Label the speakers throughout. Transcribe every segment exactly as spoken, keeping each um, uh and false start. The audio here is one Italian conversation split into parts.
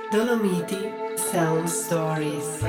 Speaker 1: Dolomiti Sound Stories.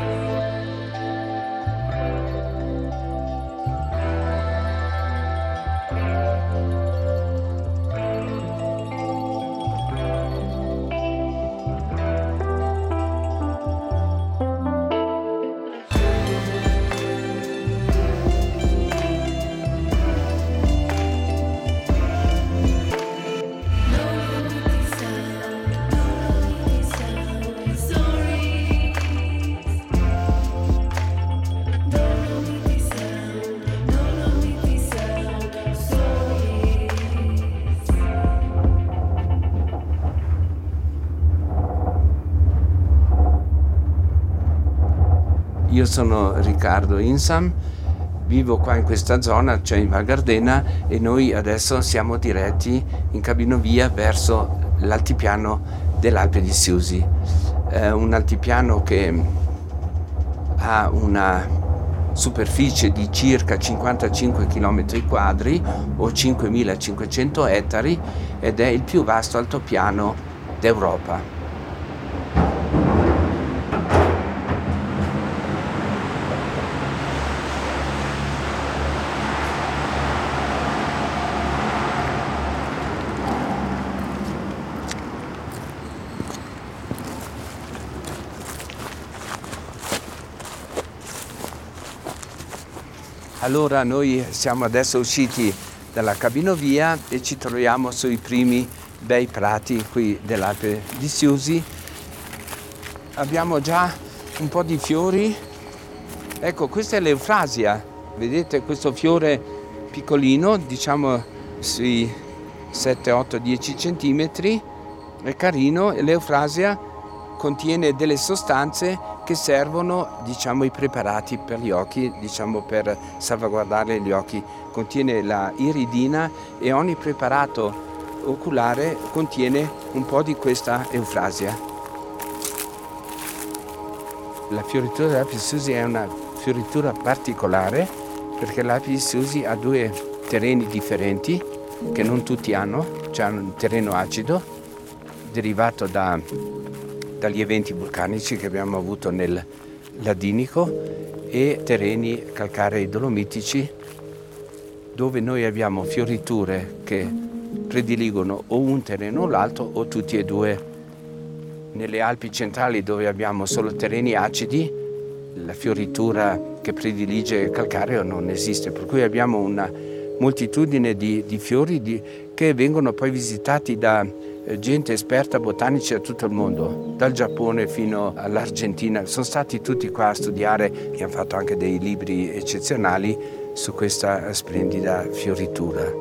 Speaker 2: Io sono Riccardo Insam, vivo qua in questa zona, cioè in Val Gardena, e noi adesso siamo diretti in cabinovia verso l'altipiano dell'Alpe di Siusi. È un altipiano che ha una superficie di circa cinquantacinque chilometri quadri o cinquemilacinquecento ettari ed è il più vasto altopiano d'Europa. Allora noi siamo adesso usciti dalla cabinovia e ci troviamo sui primi bei prati qui dell'Alpe di Siusi. Abbiamo già un po' di fiori. Ecco, questa è l'eufrasia. Vedete questo fiore piccolino, diciamo sui sette, otto, dieci centimetri. È carino e l'eufrasia contiene delle sostanze che servono, diciamo, i preparati per gli occhi, diciamo per salvaguardare gli occhi. Contiene la iridina e ogni preparato oculare contiene un po' di questa eufrasia. La fioritura dell'Alpe di Siusi è una fioritura particolare perché l'Alpe di Siusi ha due terreni differenti che non tutti hanno. C'è un terreno acido derivato da dagli eventi vulcanici che abbiamo avuto nel Ladinico e terreni calcarei dolomitici dove noi abbiamo fioriture che prediligono o un terreno o l'altro o tutti e due. Nelle Alpi centrali dove abbiamo solo terreni acidi la fioritura che predilige il calcareo non esiste, per cui abbiamo una moltitudine di, di fiori di, che vengono poi visitati da gente esperta, botanici da tutto il mondo, dal Giappone fino all'Argentina. Sono stati tutti qua a studiare e hanno fatto anche dei libri eccezionali su questa splendida fioritura.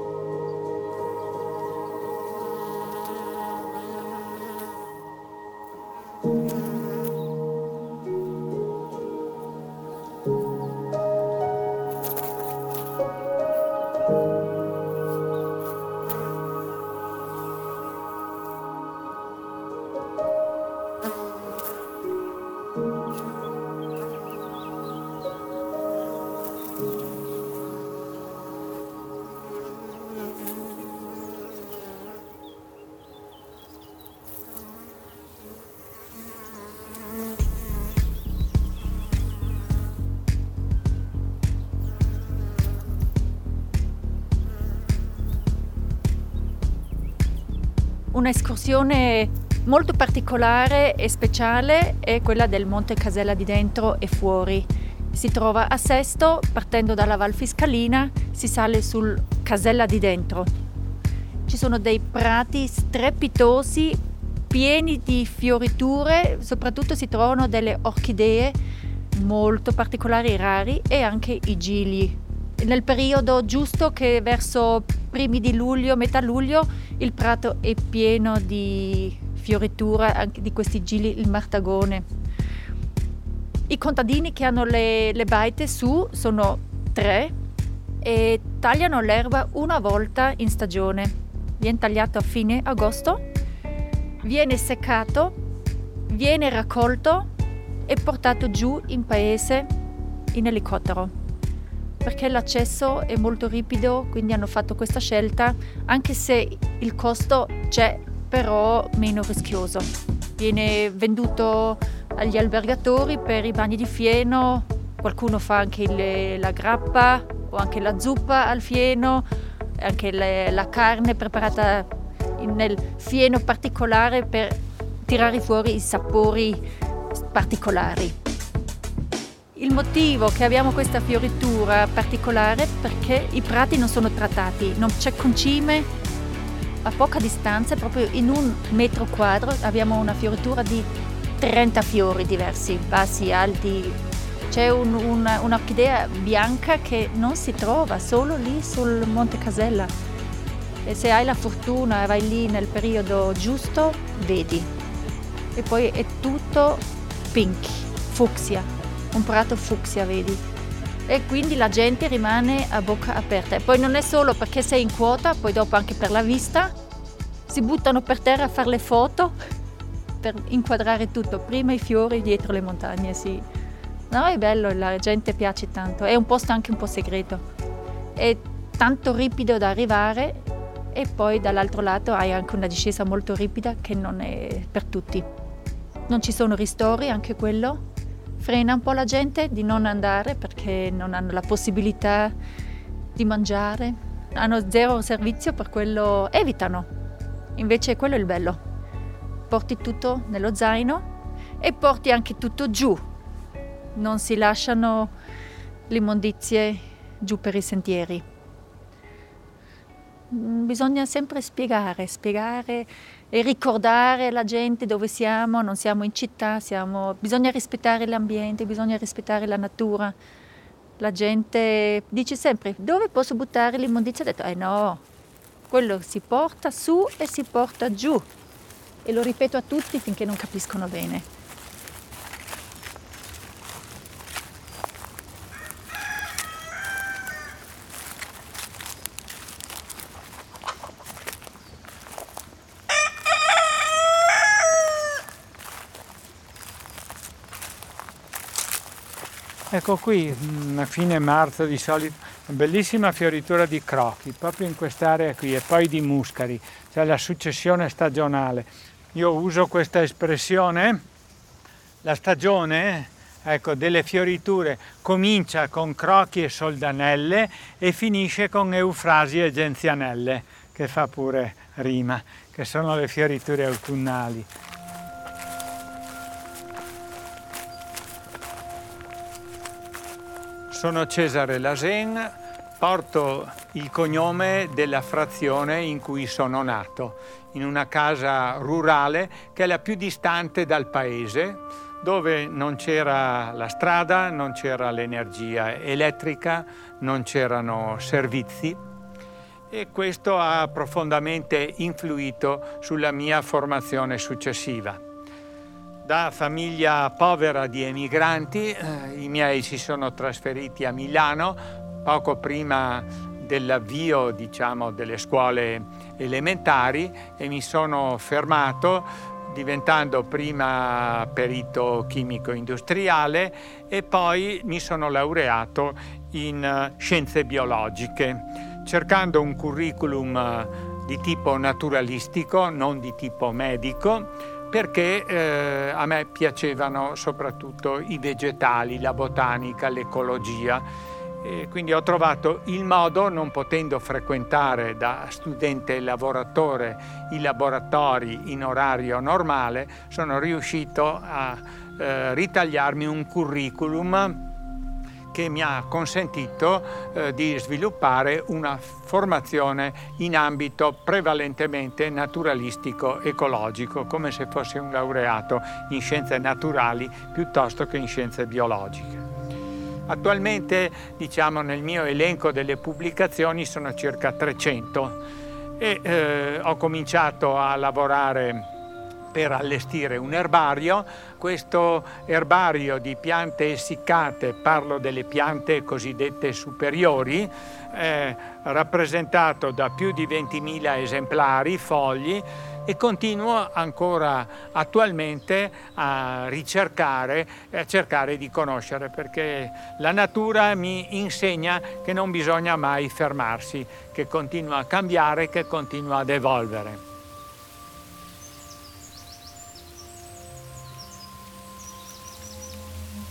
Speaker 3: Un'escursione molto particolare e speciale è quella del Monte Casella di Dentro e fuori. Si trova a Sesto, partendo dalla Val Fiscalina, si sale sul Casella di Dentro. Ci sono dei prati strepitosi, pieni di fioriture, soprattutto si trovano delle orchidee molto particolari e rari e anche i gigli. Nel periodo giusto, che verso primi di luglio, metà luglio, il prato è pieno di fioritura, anche di questi gigli, il martagone. I contadini che hanno le, le baite su sono tre e tagliano l'erba una volta in stagione. Viene tagliato a fine agosto, viene seccato, viene raccolto e portato giù in paese in elicottero. Perché l'accesso è molto ripido, quindi hanno fatto questa scelta, anche se il costo c'è, però meno rischioso. viene venduto agli albergatori per i bagni di fieno, qualcuno fa anche le, la grappa o anche la zuppa al fieno, anche le, la carne preparata nel fieno particolare per tirare fuori i sapori particolari. Il motivo che abbiamo questa fioritura particolare è perché i prati non sono trattati, non c'è concime, a poca distanza, proprio in un metro quadro abbiamo una fioritura di trenta fiori diversi, bassi, alti. C'è un, un, un'orchidea bianca che non si trova solo lì sul Monte Casella. E se hai la fortuna e vai lì nel periodo giusto, vedi. E poi è tutto pink, fucsia, un prato fucsia, vedi. E quindi la gente rimane a bocca aperta. E poi non è solo perché sei in quota, poi dopo anche per la vista. Si buttano per terra a fare le foto per inquadrare tutto. Prima i fiori, dietro le montagne, sì. No, è bello, la gente piace tanto. È un posto anche un po' segreto. È tanto ripido da arrivare e poi dall'altro lato hai anche una discesa molto ripida che non è per tutti. Non ci sono ristori, anche quello. Frena un po' la gente di non andare perché non hanno la possibilità di mangiare. Hanno zero servizio, per quello evitano. Invece quello è il bello. Porti tutto nello zaino e porti anche tutto giù. Non si lasciano le immondizie giù per i sentieri. Bisogna sempre spiegare, spiegare e ricordare alla gente dove siamo, non siamo in città, siamo... bisogna rispettare l'ambiente, bisogna rispettare la natura. La gente dice sempre, dove posso buttare l'immondizia? Ho detto, eh no, quello si porta su e si porta giù. E lo ripeto a tutti finché non capiscono bene.
Speaker 4: Ecco qui, a fine marzo di solito, una bellissima fioritura di crocchi, proprio in quest'area qui, e poi di muscari, cioè la successione stagionale. Io uso questa espressione, la stagione, ecco, delle fioriture comincia con crocchi e soldanelle e finisce con eufrasie e genzianelle, che fa pure rima, che sono le fioriture autunnali. Sono Cesare Lasen, porto il cognome della frazione in cui sono nato, in una casa rurale che è la più distante dal paese, dove non c'era la strada, non c'era l'energia elettrica, non c'erano servizi, e questo ha profondamente influito sulla mia formazione successiva. Da famiglia povera di emigranti, eh, i miei si sono trasferiti a Milano poco prima dell'avvio, diciamo, delle scuole elementari, e mi sono fermato diventando prima perito chimico industriale e poi mi sono laureato in scienze biologiche, cercando un curriculum di tipo naturalistico, non di tipo medico, perché eh, a me piacevano soprattutto i vegetali, la botanica, l'ecologia. E quindi ho trovato il modo, non potendo frequentare da studente lavoratore i laboratori in orario normale, sono riuscito a eh, ritagliarmi un curriculum che mi ha consentito eh, di sviluppare una formazione in ambito prevalentemente naturalistico-ecologico, come se fossi un laureato in scienze naturali piuttosto che in scienze biologiche. Attualmente, diciamo, nel mio elenco delle pubblicazioni sono circa trecento e eh, ho cominciato a lavorare per allestire un erbario. Questo erbario di piante essiccate, parlo delle piante cosiddette superiori, è rappresentato da più di ventimila esemplari, fogli, e continuo ancora attualmente a ricercare e a cercare di conoscere, perché la natura mi insegna che non bisogna mai fermarsi, che continua a cambiare, che continua ad evolvere.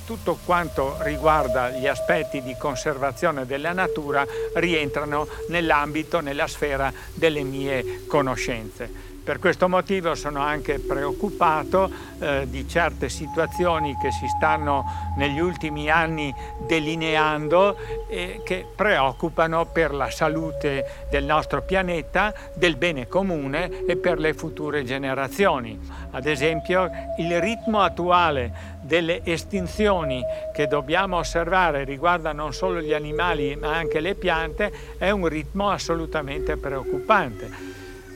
Speaker 4: tutto quanto riguarda gli aspetti di conservazione della natura rientrano nell'ambito, nella sfera delle mie conoscenze. Per questo motivo sono anche preoccupato eh, di certe situazioni che si stanno negli ultimi anni delineando e che preoccupano per la salute del nostro pianeta, del bene comune e per le future generazioni. Ad esempio, il ritmo attuale delle estinzioni che dobbiamo osservare riguarda non solo gli animali ma anche le piante, è un ritmo assolutamente preoccupante.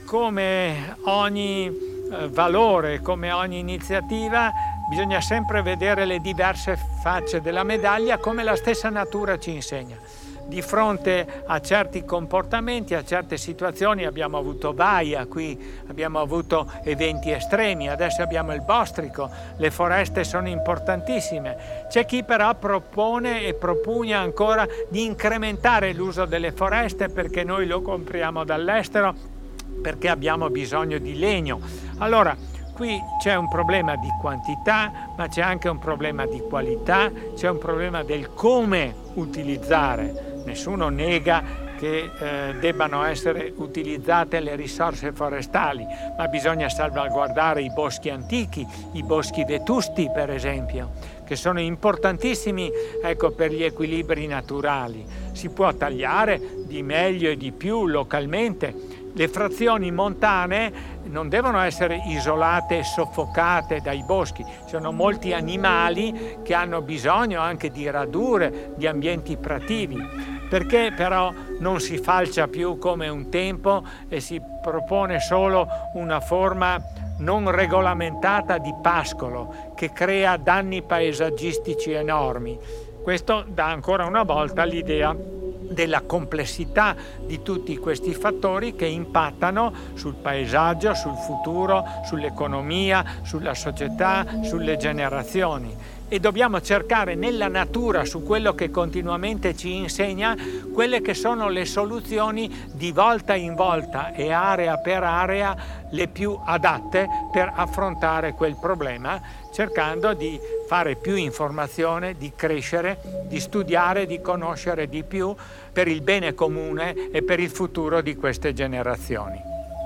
Speaker 4: Come ogni eh, valore, come ogni iniziativa, bisogna sempre vedere le diverse facce della medaglia come la stessa natura ci insegna. Di fronte a certi comportamenti, a certe situazioni, abbiamo avuto Vaia, qui abbiamo avuto eventi estremi, adesso abbiamo il bostrico, le foreste sono importantissime. C'è chi però propone e propugna ancora di incrementare l'uso delle foreste perché noi lo compriamo dall'estero, perché abbiamo bisogno di legno. Allora, qui c'è un problema di quantità, ma c'è anche un problema di qualità, c'è un problema del come utilizzare. Nessuno nega che eh, debbano essere utilizzate le risorse forestali, ma bisogna salvaguardare i boschi antichi, i boschi vetusti per esempio, che sono importantissimi, ecco, per gli equilibri naturali. Si può tagliare di meglio e di più localmente. Le frazioni montane non devono essere isolate e soffocate dai boschi. Ci sono molti animali che hanno bisogno anche di radure, di ambienti prativi. Perché però non si falcia più come un tempo e si propone solo una forma non regolamentata di pascolo che crea danni paesaggistici enormi? Questo dà ancora una volta l'idea della complessità di tutti questi fattori che impattano sul paesaggio, sul futuro, sull'economia, sulla società, sulle generazioni. E dobbiamo cercare nella natura, su quello che continuamente ci insegna, quelle che sono le soluzioni di volta in volta e area per area le più adatte per affrontare quel problema, cercando di fare più informazione, di crescere, di studiare, di conoscere di più per il bene comune e per il futuro di queste generazioni.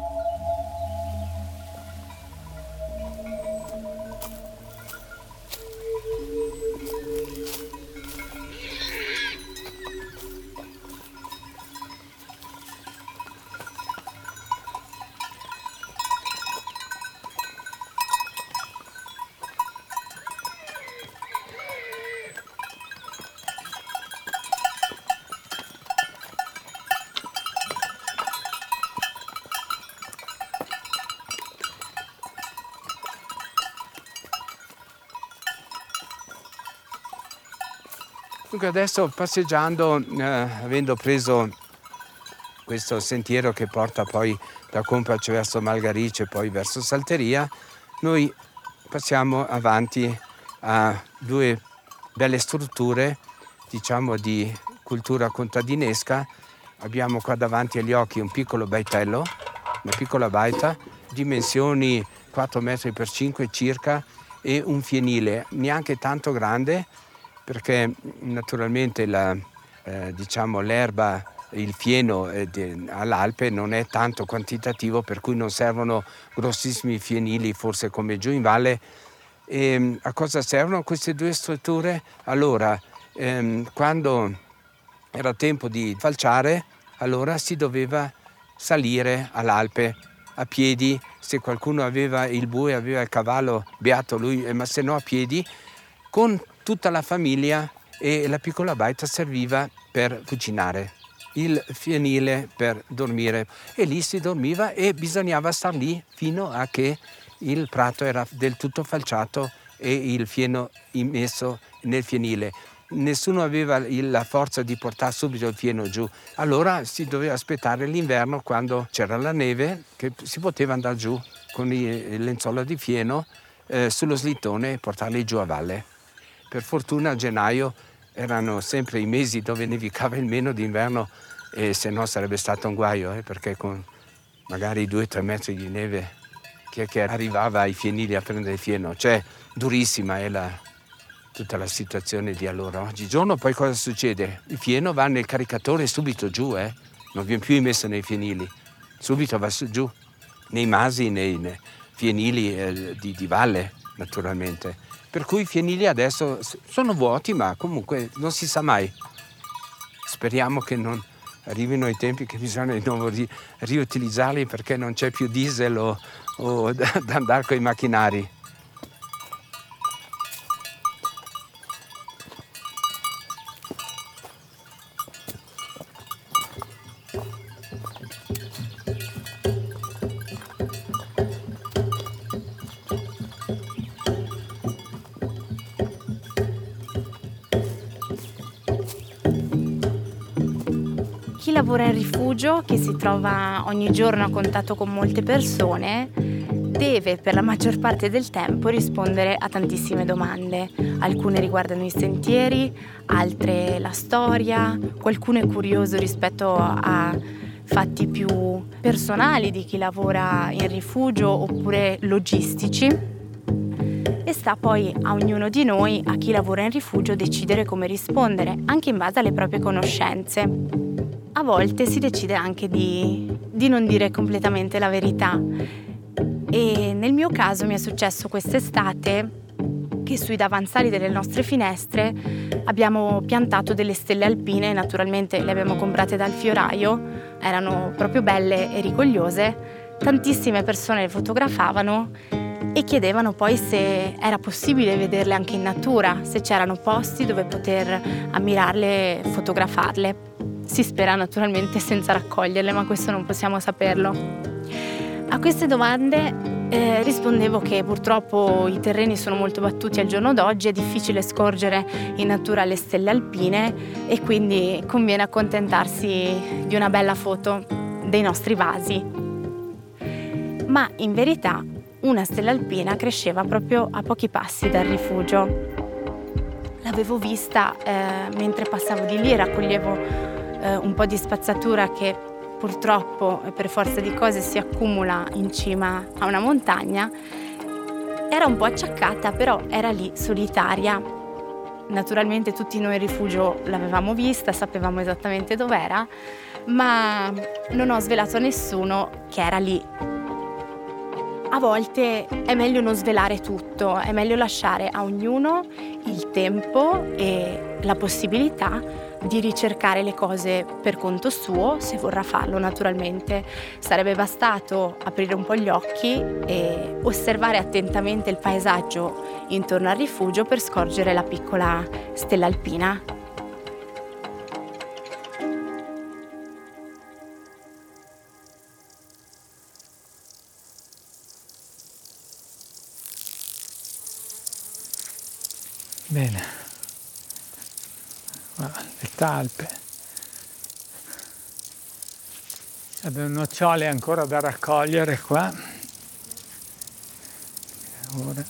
Speaker 2: Dunque adesso passeggiando, eh, avendo preso questo sentiero che porta poi da Compace verso Malgarice e poi verso Salteria, noi passiamo avanti a due belle strutture, diciamo di cultura contadinesca. Abbiamo qua davanti agli occhi un piccolo baitello, una piccola baita, dimensioni quattro metri per cinque circa, e un fienile neanche tanto grande, perché naturalmente la, eh, diciamo, l'erba, il fieno eh, de, all'Alpe non è tanto quantitativo, per cui non servono grossissimi fienili, forse come giù in valle. E, a cosa servono queste due strutture? Allora, ehm, quando era tempo di falciare, allora si doveva salire all'Alpe a piedi. Se qualcuno aveva il bue, aveva il cavallo, beato lui, ma se no a piedi, con tutta la famiglia, e la piccola baita serviva per cucinare, il fienile per dormire, e lì si dormiva e bisognava star lì fino a che il prato era del tutto falciato e il fieno immesso nel fienile. Nessuno aveva la forza di portare subito il fieno giù, allora si doveva aspettare l'inverno, quando c'era la neve, che si poteva andare giù con il lenzuola di fieno eh, sullo slittone e portarli giù a valle. Per fortuna a gennaio erano sempre i mesi dove nevicava il meno d'inverno, e se no sarebbe stato un guaio, eh, perché con magari due o tre metri di neve chi è che arrivava ai fienili a prendere il fieno? Cioè, durissima è la, tutta la situazione di allora. Oggigiorno poi cosa succede? Il fieno va nel caricatore subito giù, eh? Non viene più messo nei fienili, subito va su giù, nei masi, nei, nei fienili eh, di, di valle, naturalmente. Per cui i fienili adesso sono vuoti, ma comunque non si sa mai. Speriamo che non arrivino i tempi che bisogna di nuovo ri- riutilizzarli perché non c'è più diesel o, o da, da andare con i macchinari.
Speaker 5: Chi lavora in rifugio, che si trova ogni giorno a contatto con molte persone, deve per la maggior parte del tempo rispondere a tantissime domande. Alcune riguardano i sentieri, altre la storia, qualcuno è curioso rispetto a fatti più personali di chi lavora in rifugio oppure logistici. E sta poi a ognuno di noi, a chi lavora in rifugio, decidere come rispondere, anche in base alle proprie conoscenze. A volte si decide anche di, di non dire completamente la verità. E nel mio caso mi è successo quest'estate che sui davanzali delle nostre finestre abbiamo piantato delle stelle alpine. Naturalmente le abbiamo comprate dal fioraio, erano proprio belle e rigogliose. Tantissime persone le fotografavano e chiedevano poi se era possibile vederle anche in natura, se c'erano posti dove poter ammirarle e fotografarle. Si spera naturalmente senza raccoglierle, ma questo non possiamo saperlo. A queste domande eh, rispondevo che purtroppo i terreni sono molto battuti al giorno d'oggi, è difficile scorgere in natura le stelle alpine e quindi conviene accontentarsi di una bella foto dei nostri vasi. Ma in verità una stella alpina cresceva proprio a pochi passi dal rifugio. L'avevo vista eh, mentre passavo di lì, raccoglievo un po' di spazzatura che purtroppo per forza di cose si accumula in cima a una montagna. Era un po' acciaccata, però era lì solitaria. Naturalmente tutti noi in rifugio l'avevamo vista, sapevamo esattamente dov'era, ma non ho svelato a nessuno che era lì. A volte è meglio non svelare tutto, è meglio lasciare a ognuno il tempo e la possibilità di ricercare le cose per conto suo, se vorrà farlo naturalmente. Sarebbe bastato aprire un po' gli occhi e osservare attentamente il paesaggio intorno al rifugio per scorgere la piccola stella alpina.
Speaker 4: Bene. Le talpe, abbiamo nocciole ancora da raccogliere qua. Ora.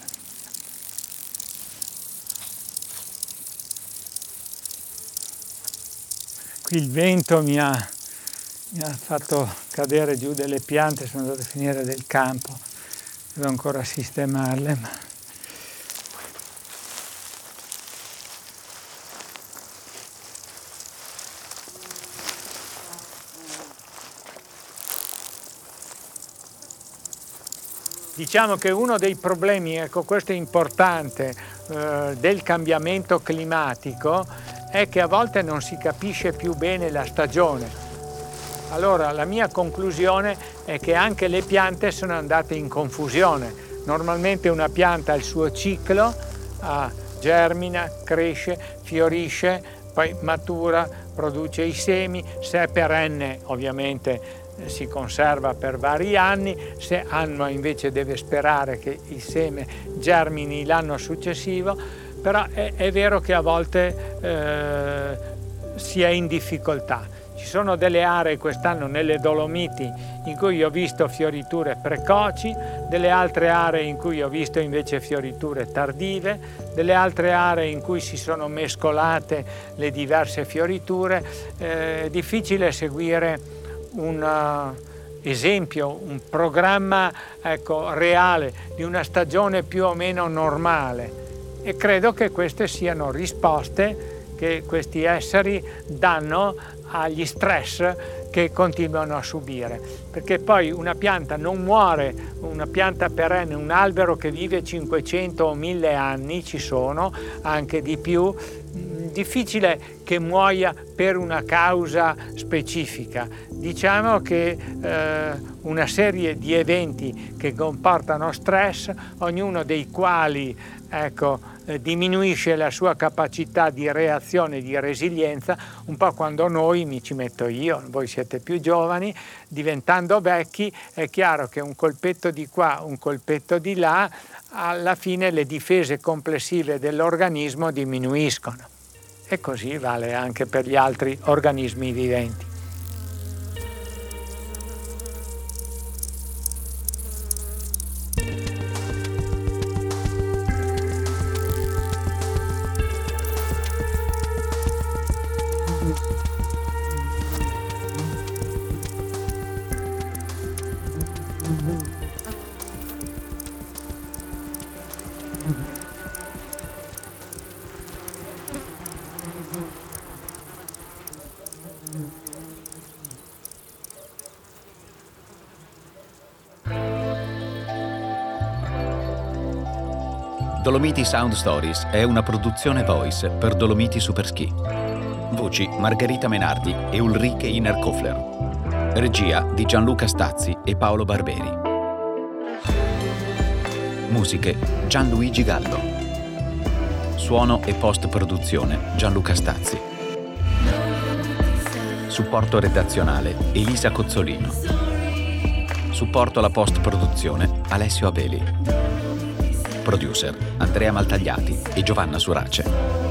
Speaker 4: Qui il vento mi ha, mi ha fatto cadere giù delle piante, sono andato a finire del campo, devo ancora sistemarle. Ma... Diciamo che uno dei problemi, ecco questo è importante, eh, del cambiamento climatico è che a volte non si capisce più bene la stagione. Allora la mia conclusione è che anche le piante sono andate in confusione. Normalmente una pianta ha il suo ciclo, ah, germina, cresce, fiorisce, poi matura, produce i semi, se è perenne ovviamente si conserva per vari anni, se anno invece deve sperare che il seme germini l'anno successivo, però è, è vero che a volte eh, si è in difficoltà. Ci sono delle aree quest'anno nelle Dolomiti in cui ho visto fioriture precoci, delle altre aree in cui ho visto invece fioriture tardive, delle altre aree in cui si sono mescolate le diverse fioriture. È difficile seguire un uh, esempio, un programma ecco, reale di una stagione più o meno normale. E credo che queste siano risposte che questi esseri danno agli stress che continuano a subire, perché poi una pianta non muore, una pianta perenne, un albero che vive cinquecento o mille anni, ci sono anche di più, difficile che muoia per una causa specifica. Diciamo che eh, una serie di eventi che comportano stress, ognuno dei quali ecco, eh, diminuisce la sua capacità di reazione, di resilienza, un po' quando noi, mi ci metto io, voi siete più giovani, diventando vecchi, è chiaro che un colpetto di qua, un colpetto di là, alla fine le difese complessive dell'organismo diminuiscono. E così vale anche per gli altri organismi viventi.
Speaker 6: Dolomiti Sound Stories è una produzione Voice per Dolomiti Superski. Voci Margherita Menardi e Ulrike Innerkofler. Regia di Gianluca Stazzi e Paolo Barberi. Musiche Gianluigi Gallo. Suono e post-produzione Gianluca Stazzi. Supporto redazionale Elisa Cozzolino. Supporto alla post-produzione Alessio Abeli. Producer Andrea Maltagliati e Giovanna Surace.